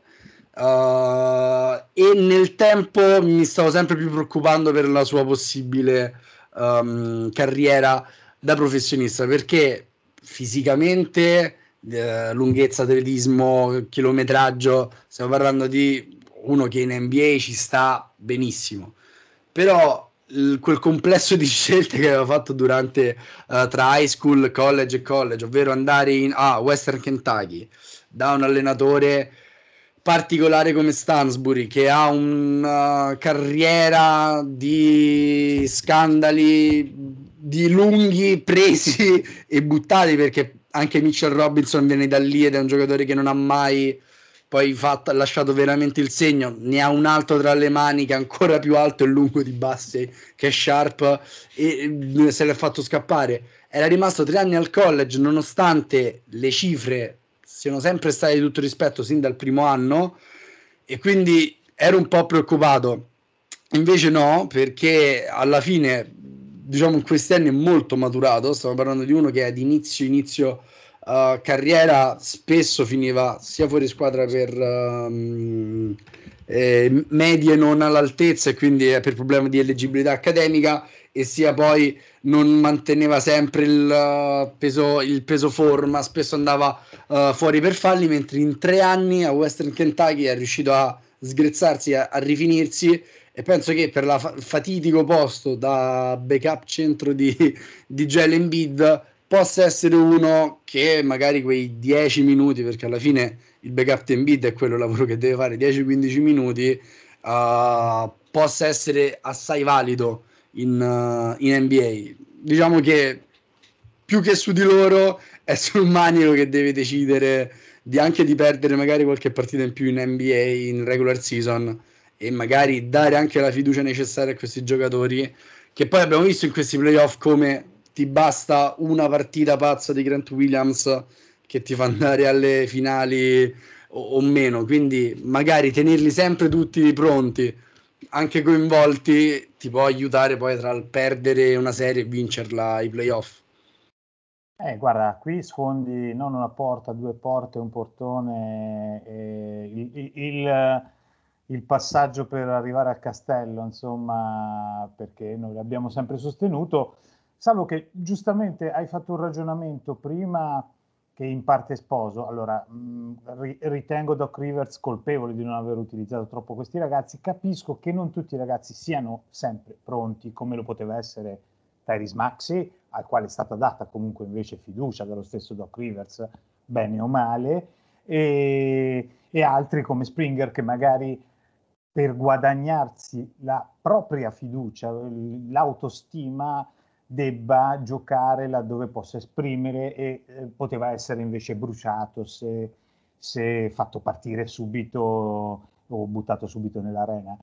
uh, e nel tempo mi stavo sempre più preoccupando per la sua possibile um, carriera da professionista, perché fisicamente, eh, lunghezza, atletismo, chilometraggio, stiamo parlando di uno che in N B A ci sta benissimo, però il, quel complesso di scelte che aveva fatto durante uh, tra high school, college e college, ovvero andare in ah, Western Kentucky da un allenatore particolare come Stansbury, che ha una carriera di scandali, di lunghi presi e buttati, perché anche Mitchell Robinson viene da lì ed è un giocatore che non ha mai poi fatto, ha lasciato veramente il segno. Ne ha un altro tra le mani che è ancora più alto e lungo di Bassey, che è Sharp, e se l'è fatto scappare. Era rimasto tre anni al college, nonostante le cifre siano sempre state di tutto rispetto sin dal primo anno, e quindi ero un po' preoccupato. Invece no, perché alla fine, diciamo, in questi anni è molto maturato. Stiamo parlando di uno che ad inizio inizio uh, carriera spesso finiva sia fuori squadra per, um, eh, medie non all'altezza e quindi è per problemi di eleggibilità accademica, e sia poi non manteneva sempre il peso, il peso forma, spesso andava uh, fuori per falli, mentre in tre anni a Western Kentucky è riuscito a sgrezzarsi, a, a rifinirsi, e penso che per la fa- fatidico posto da backup centro di, di Joel Embiid possa essere uno che magari quei dieci minuti, perché alla fine il backup di Embiid è quello lavoro che deve fare, dieci quindici minuti, uh, possa essere assai valido in, uh, in N B A. Diciamo che più che su di loro è sul Manico che deve decidere di anche di perdere magari qualche partita in più in N B A in regular season, e magari dare anche la fiducia necessaria a questi giocatori, che poi abbiamo visto in questi playoff come ti basta una partita pazza di Grant Williams che ti fa andare alle finali o, o meno, quindi magari tenerli sempre tutti pronti, anche coinvolti, ti può aiutare poi tra il perdere una serie e vincerla ai playoff. Eh, guarda, qui sfondi non una porta, due porte, un portone, eh, il, il, il, il passaggio per arrivare al castello, insomma, perché noi l'abbiamo sempre sostenuto, salvo che giustamente hai fatto un ragionamento prima che in parte sposo. Allora, mh, ritengo Doc Rivers colpevole di non aver utilizzato troppo questi ragazzi, capisco che non tutti i ragazzi siano sempre pronti, come lo poteva essere Tyrese Maxey, al quale è stata data comunque invece fiducia dallo stesso Doc Rivers, bene o male, e, e altri come Springer che magari per guadagnarsi la propria fiducia, l'autostima, debba giocare laddove possa esprimere, e eh, poteva essere invece bruciato se, se fatto partire subito o buttato subito nell'arena.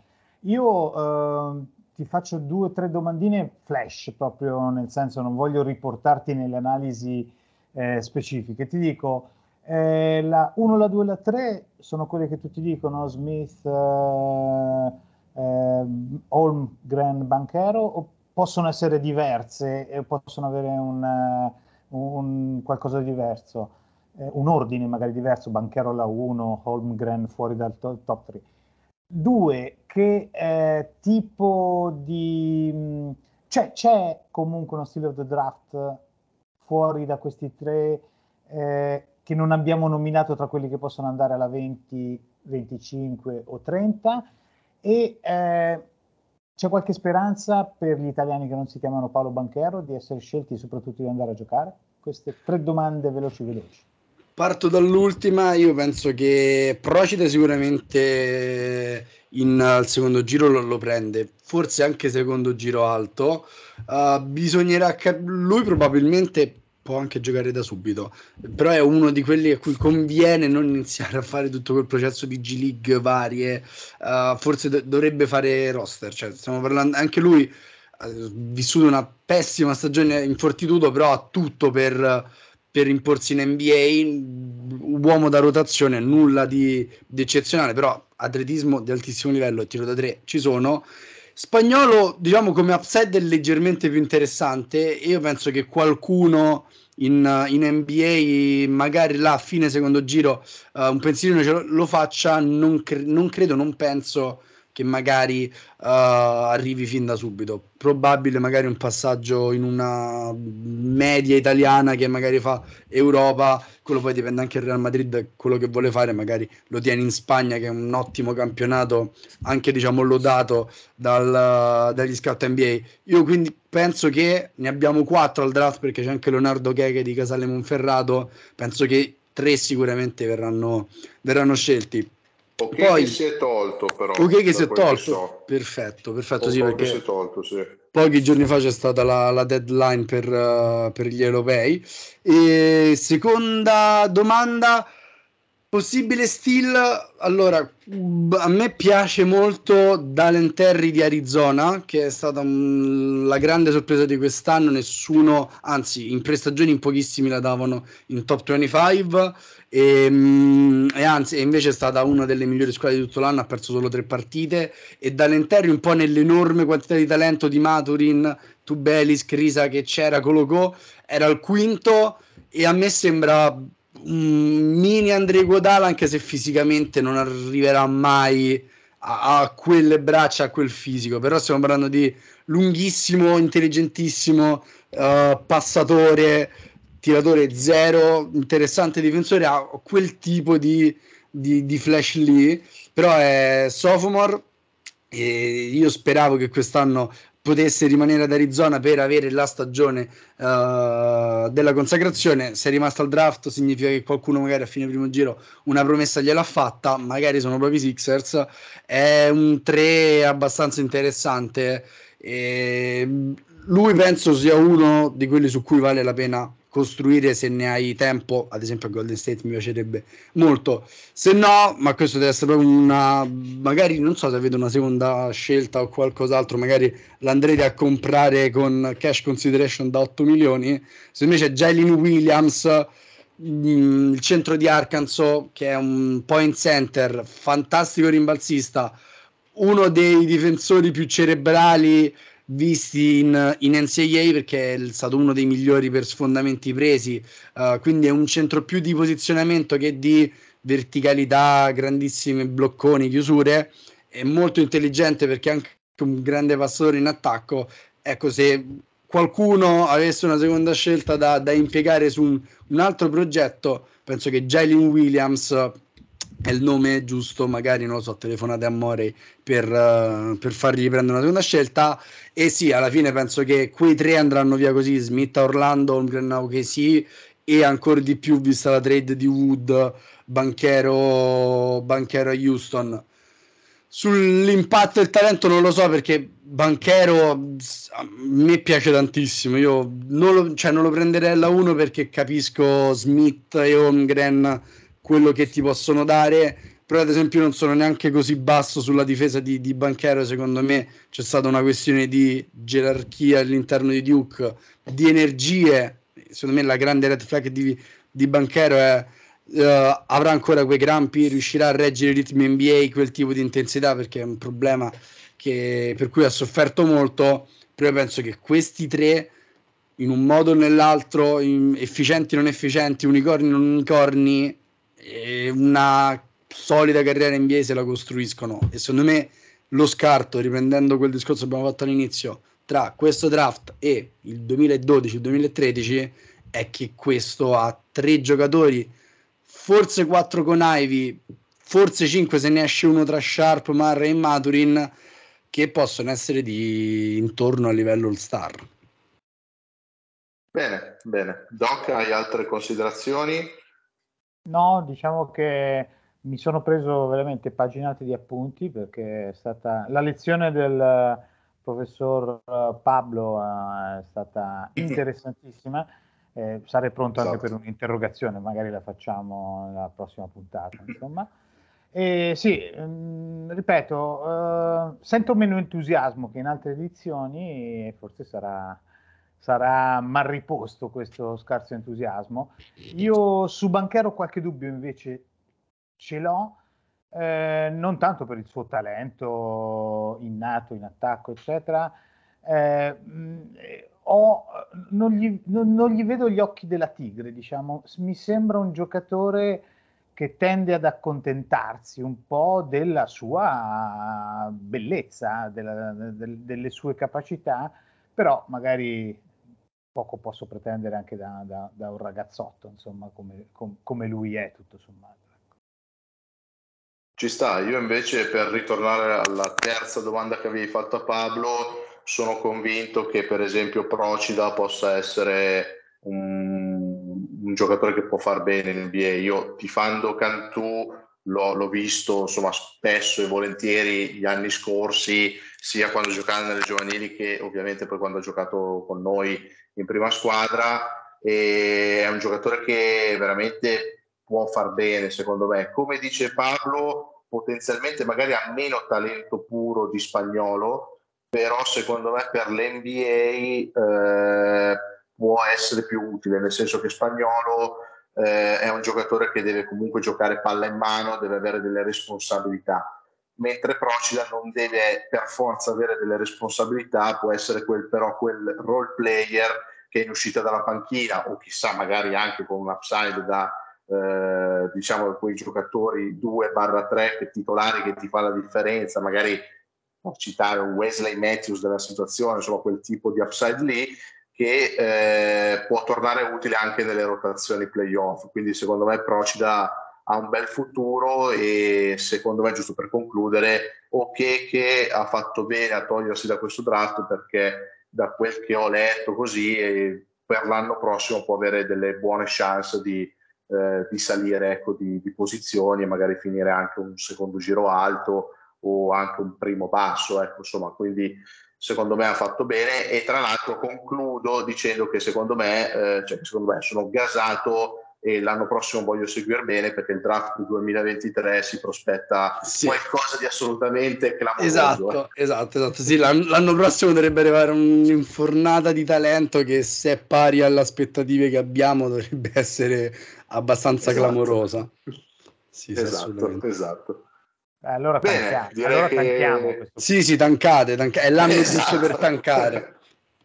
Io eh, ti faccio due o tre domandine flash, proprio nel senso non voglio riportarti nelle analisi eh, specifiche. Ti dico, eh, la uno, la due e la tre sono quelle che tutti dicono, Smith, eh, eh, Holmgren, Banchero, o possono essere diverse e possono avere un, un qualcosa di diverso, eh, un ordine magari diverso, Banchero alla uno, Holmgren fuori dal to- top tre. Due, che eh, tipo di... Cioè, c'è comunque uno stile of the draft fuori da questi tre eh, che non abbiamo nominato tra quelli che possono andare alla venti, venticinque o trenta, e eh, c'è qualche speranza per gli italiani che non si chiamano Paolo Banchero di essere scelti e soprattutto di andare a giocare? Queste tre domande veloci veloci. Parto dall'ultima. Io penso che Procida sicuramente in, al secondo giro lo, lo prende, forse anche secondo giro alto. Uh, bisognerà cap- lui probabilmente può anche giocare da subito, però è uno di quelli a cui conviene non iniziare a fare tutto quel processo di G League varie. Uh, forse do- dovrebbe fare roster, cioè stiamo parlando, anche lui ha vissuto una pessima stagione in fortitudo, però ha tutto per per imporsi in N B A, uomo da rotazione, nulla di, di eccezionale, però atletismo di altissimo livello e tiro da tre ci sono. Spagnolo, diciamo, come upside è leggermente più interessante, e io penso che qualcuno in, in N B A magari là a fine secondo giro uh, un pensierino ce lo, lo faccia. Non, cre- non credo, non penso che magari uh, arrivi fin da subito. Probabile magari un passaggio in una media italiana che magari fa Europa, quello poi dipende anche il Real Madrid quello che vuole fare, magari lo tiene in Spagna che è un ottimo campionato, anche diciamo lodato dal, dagli scout N B A. Io quindi penso che ne abbiamo quattro al draft, perché c'è anche Leonardo Cheghe di Casale Monferrato, penso che tre sicuramente verranno, verranno scelti. Ok, poi che si è tolto però. Ok che si è tolto, So. perfetto, perfetto, O sì, perché si è tolto, sì. Pochi giorni fa c'è stata la, la deadline per, uh, per gli europei. E seconda domanda, possibile steal. Allora, a me piace molto Dalen Terry di Arizona, che è stata un, la grande sorpresa di quest'anno. Nessuno, anzi in prestagioni in pochissimi la davano in top venticinque, e, e anzi invece è stata una delle migliori squadre di tutto l'anno, ha perso solo tre partite. E Dalen Terry, un po' nell'enorme quantità di talento di Maturin, Tubelis, Crisa che c'era, Colocò, era il quinto, e a me sembra un mini Andrei Iguodala, anche se fisicamente non arriverà mai ha, ha quelle braccia, ha quel fisico, però stiamo parlando di lunghissimo, intelligentissimo, uh, passatore, tiratore zero, interessante difensore, ha quel tipo di, di, di flash lì, però è sophomore e io speravo che quest'anno potesse rimanere ad Arizona per avere la stagione uh, della consacrazione. Se è rimasto al draft significa che qualcuno magari a fine primo giro una promessa gliel'ha fatta, magari sono proprio i Sixers. È un tre abbastanza interessante e lui penso sia uno di quelli su cui vale la pena costruire se ne hai tempo. Ad esempio a Golden State mi piacerebbe molto, se no, ma questo deve essere proprio una, magari non so se avete una seconda scelta o qualcos'altro, magari l'andrete a comprare con cash consideration da otto milioni. Se invece Jalen Williams, mh, il centro di Arkansas, che è un point center fantastico rimbalzista, uno dei difensori più cerebrali visti in, in N C A A, perché è stato uno dei migliori per sfondamenti presi, uh, quindi è un centro più di posizionamento che di verticalità, grandissimi blocconi, chiusure, è molto intelligente perché è anche un grande passatore in attacco. Ecco, se qualcuno avesse una seconda scelta da, da impiegare su un, un altro progetto, penso che Jalen Williams è il nome giusto, magari non lo so, telefonate a Morey per, uh, per fargli prendere una seconda scelta. E sì, alla fine penso che quei tre andranno via così, Smith a Orlando, Holmgren a O K C e ancora di più vista la trade di Wood, Banchero, Banchero a Houston. Sull'impatto del talento non lo so, perché Banchero a me piace tantissimo, io non lo, cioè non lo prenderei alla uno perché capisco Smith e Holmgren quello che ti possono dare, però ad esempio non sono neanche così basso sulla difesa di, di Banchero. Secondo me c'è stata una questione di gerarchia all'interno di Duke, di energie. Secondo me la grande red flag di, di Banchero è uh, avrà ancora quei crampi, riuscirà a reggere i ritmi N B A, quel tipo di intensità, perché è un problema che, per cui ha sofferto molto. Però io penso che questi tre, in un modo o nell'altro, in, efficienti o non efficienti, unicorni o non unicorni, una solida carriera N B A se la costruiscono. E secondo me lo scarto, riprendendo quel discorso che abbiamo fatto all'inizio, tra questo draft e il duemiladodici duemilatredici è che questo ha tre giocatori, forse quattro con Ivy, forse cinque se ne esce uno tra Sharp, Murray e Maturin, che possono essere di intorno a livello all star. Bene, bene. Doc, hai altre considerazioni? No, diciamo che mi sono preso veramente paginate di appunti, perché è stata la lezione del professor Pablo uh, è stata interessantissima. Eh, sarei pronto Esatto. anche per un'interrogazione, magari la facciamo nella prossima puntata, insomma. E sì, mh, ripeto, uh, sento meno entusiasmo che in altre edizioni, e forse sarà, sarà mal riposto questo scarso entusiasmo. Io su Banchero qualche dubbio invece ce l'ho, eh, non tanto per il suo talento innato in attacco, eccetera. Eh, mh, ho, non, gli, non, non gli vedo gli occhi della tigre, diciamo. Mi sembra un giocatore che tende ad accontentarsi un po' della sua bellezza, della, del, delle sue capacità, però magari poco posso pretendere anche da, da, da un ragazzotto, insomma, come, com, come lui è, tutto sommato. Ci sta. Io invece, per ritornare alla terza domanda che avevi fatto a Pablo, sono convinto che per esempio Procida possa essere un, un giocatore che può far bene in N B A. Io, tifando Cantù, l'ho, l'ho visto insomma spesso e volentieri gli anni scorsi, sia quando giocava nelle giovanili che ovviamente poi quando ha giocato con noi in prima squadra, e è un giocatore che veramente può far bene, secondo me. Come dice Pablo, potenzialmente magari ha meno talento puro di Spagnolo, però secondo me per l'N B A eh, può essere più utile, nel senso che Spagnolo eh, è un giocatore che deve comunque giocare palla in mano, deve avere delle responsabilità, mentre Procida non deve per forza avere delle responsabilità, può essere quel, però quel role player che in uscita dalla panchina, o chissà magari anche con un upside da eh, diciamo quei giocatori due barra tre titolari che ti fa la differenza, magari per citare un Wesley Matthews della situazione, insomma quel tipo di upside lì che eh, può tornare utile anche nelle rotazioni playoff, quindi secondo me Procida ha un bel futuro e secondo me, giusto per concludere, ok che ha fatto bene a togliersi da questo draft, perché da quel che ho letto così e per l'anno prossimo può avere delle buone chance di, eh, di salire, ecco, di, di posizioni e magari finire anche un secondo giro alto o anche un primo basso, ecco, insomma, quindi secondo me ha fatto bene. E tra l'altro concludo dicendo che secondo me, eh, cioè secondo me sono gasato e l'anno prossimo voglio seguire bene, perché il draft del duemilaventitré si prospetta sì. qualcosa di assolutamente clamoroso. Esatto, eh. esatto, esatto. Sì, l'anno, l'anno prossimo dovrebbe arrivare un'infornata di talento che, se è pari alle aspettative che abbiamo, dovrebbe essere abbastanza esatto. clamorosa. Sì, esatto, sì, esatto. Allora Bene, tanchiamo, direi allora che... tanchiamo questo. Sì, sì, tancate, tanca... è l'anno esatto. giusto per tancare.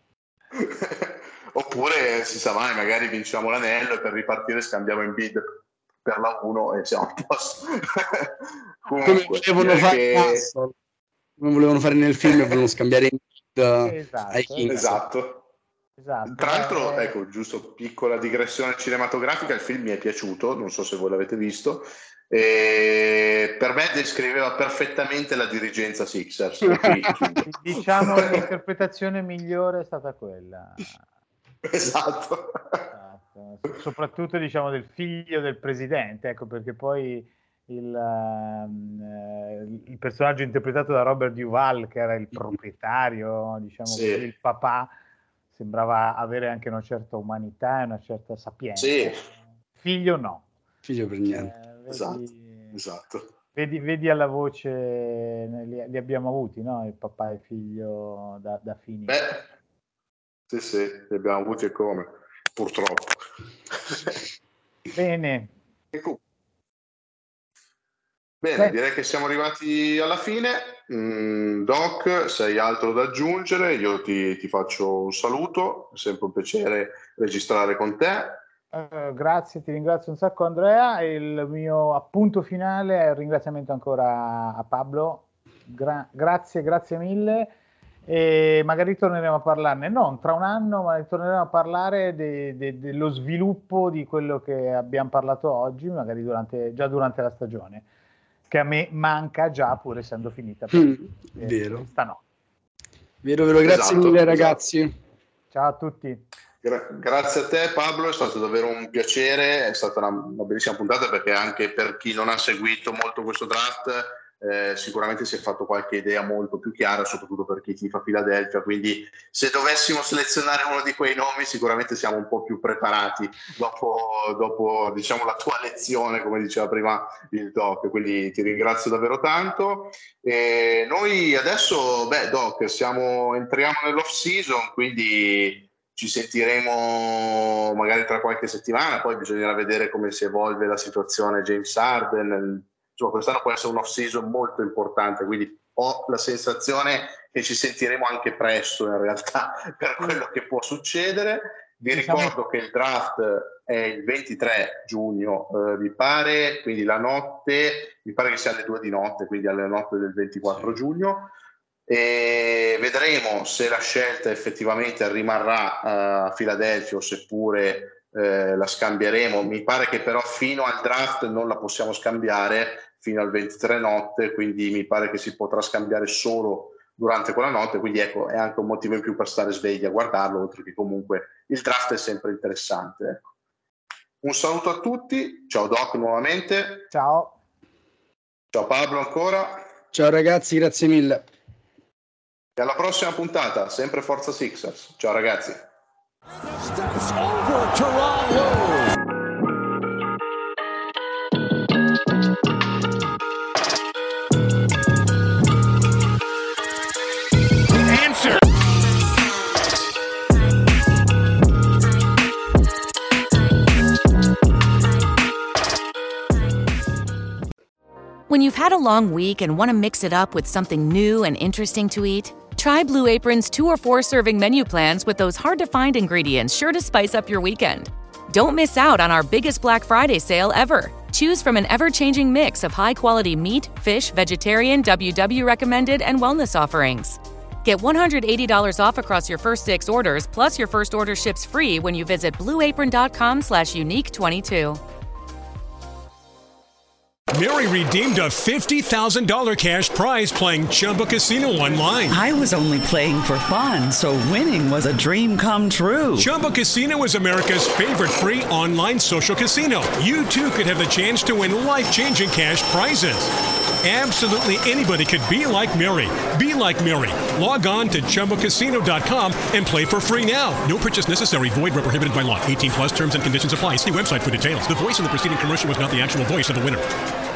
Oppure si sa mai, magari vinciamo l'anello e per ripartire scambiamo in bid per la uno e siamo a posto. Comunque, come volevano fare che... come volevano fare nel film, volevano scambiare in bid esatto, ai Kings. Esatto. esatto. Tra l'altro, eh... ecco, giusto piccola digressione cinematografica, il film mi è piaciuto, non so se voi l'avete visto. E per me descriveva perfettamente la dirigenza Sixers. Diciamo l'interpretazione migliore è stata quella. Esatto. esatto. Soprattutto diciamo del figlio del presidente, ecco, perché poi il, uh, il personaggio interpretato da Robert Duvall, che era il proprietario, diciamo sì. così, il papà, sembrava avere anche una certa umanità e una certa sapienza. Sì. Figlio no. Figlio per niente. Eh, vedi, esatto, esatto. Vedi, vedi alla voce, li, li abbiamo avuti, no? Il papà e figlio da, da Phoenix. Beh, sì, sì, li abbiamo avuti e come, purtroppo. Bene. Bene, Beh. direi che siamo arrivati alla fine. Mm, Doc, se hai altro da aggiungere, io ti, ti faccio un saluto, è sempre un piacere registrare con te. Uh, grazie, ti ringrazio un sacco Andrea, e il mio appunto finale è un ringraziamento ancora a Pablo. Gra- grazie, grazie mille, e magari torneremo a parlarne, non tra un anno, ma torneremo a parlare de- de- dello sviluppo di quello che abbiamo parlato oggi, magari durante, già durante la stagione, che a me manca già, pur essendo finita per mm, vero. stanotte. Vero, vero, grazie esatto, mille ragazzi. Esatto. Ciao a tutti. Gra- grazie a te Pablo, è stato davvero un piacere, è stata una, una bellissima puntata, perché anche per chi non ha seguito molto questo draft eh, sicuramente si è fatto qualche idea molto più chiara, soprattutto per chi tifa Philadelphia, quindi se dovessimo selezionare uno di quei nomi sicuramente siamo un po' più preparati dopo, dopo diciamo la tua lezione, come diceva prima il Doc, quindi ti ringrazio davvero tanto. E noi adesso, beh Doc, siamo, entriamo nell'off season, quindi ci sentiremo magari tra qualche settimana, poi bisognerà vedere come si evolve la situazione James Harden. Insomma, quest'anno può essere un off-season molto importante, quindi ho la sensazione che ci sentiremo anche presto in realtà per quello che può succedere. Vi diciamo... ricordo che il draft è il ventitré giugno, eh, mi pare, quindi la notte, mi pare che sia alle due di notte, quindi alle notte del ventiquattro sì. giugno. E vedremo se la scelta effettivamente rimarrà a Philadelphia o seppure eh, la scambieremo. Mi pare che però fino al draft non la possiamo scambiare, fino al ventitré notte, quindi mi pare che si potrà scambiare solo durante quella notte, quindi ecco, è anche un motivo in più per stare svegli a guardarlo, oltre che comunque il draft è sempre interessante, ecco. Un saluto a tutti, ciao Doc nuovamente. Ciao. Ciao Pablo ancora. Ciao ragazzi, grazie mille. E alla prossima puntata, sempre Forza Sixers. Ciao ragazzi. Steps over Toronto. Answer. When you've had a long week and want to mix it up with something new and interesting to eat, try Blue Apron's two or four serving menu plans with those hard-to-find ingredients sure to spice up your weekend. Don't miss out on our biggest Black Friday sale ever. Choose from an ever-changing mix of high-quality meat, fish, vegetarian, W W recommended, and wellness offerings. Get one hundred eighty dollars off across your first six orders, plus your first order ships free when you visit blueapron.com slash unique 22. Mary redeemed a fifty thousand dollars cash prize playing Chumba Casino online. I was only playing for fun, so winning was a dream come true. Chumba Casino is America's favorite free online social casino. You too could have the chance to win life-changing cash prizes. Absolutely anybody could be like Mary. Be like Mary. Log on to chumba casino dot com and play for free now. No purchase necessary. Void where prohibited by law. eighteen plus terms and conditions apply. See website for details. The voice in the preceding commercial was not the actual voice of the winner.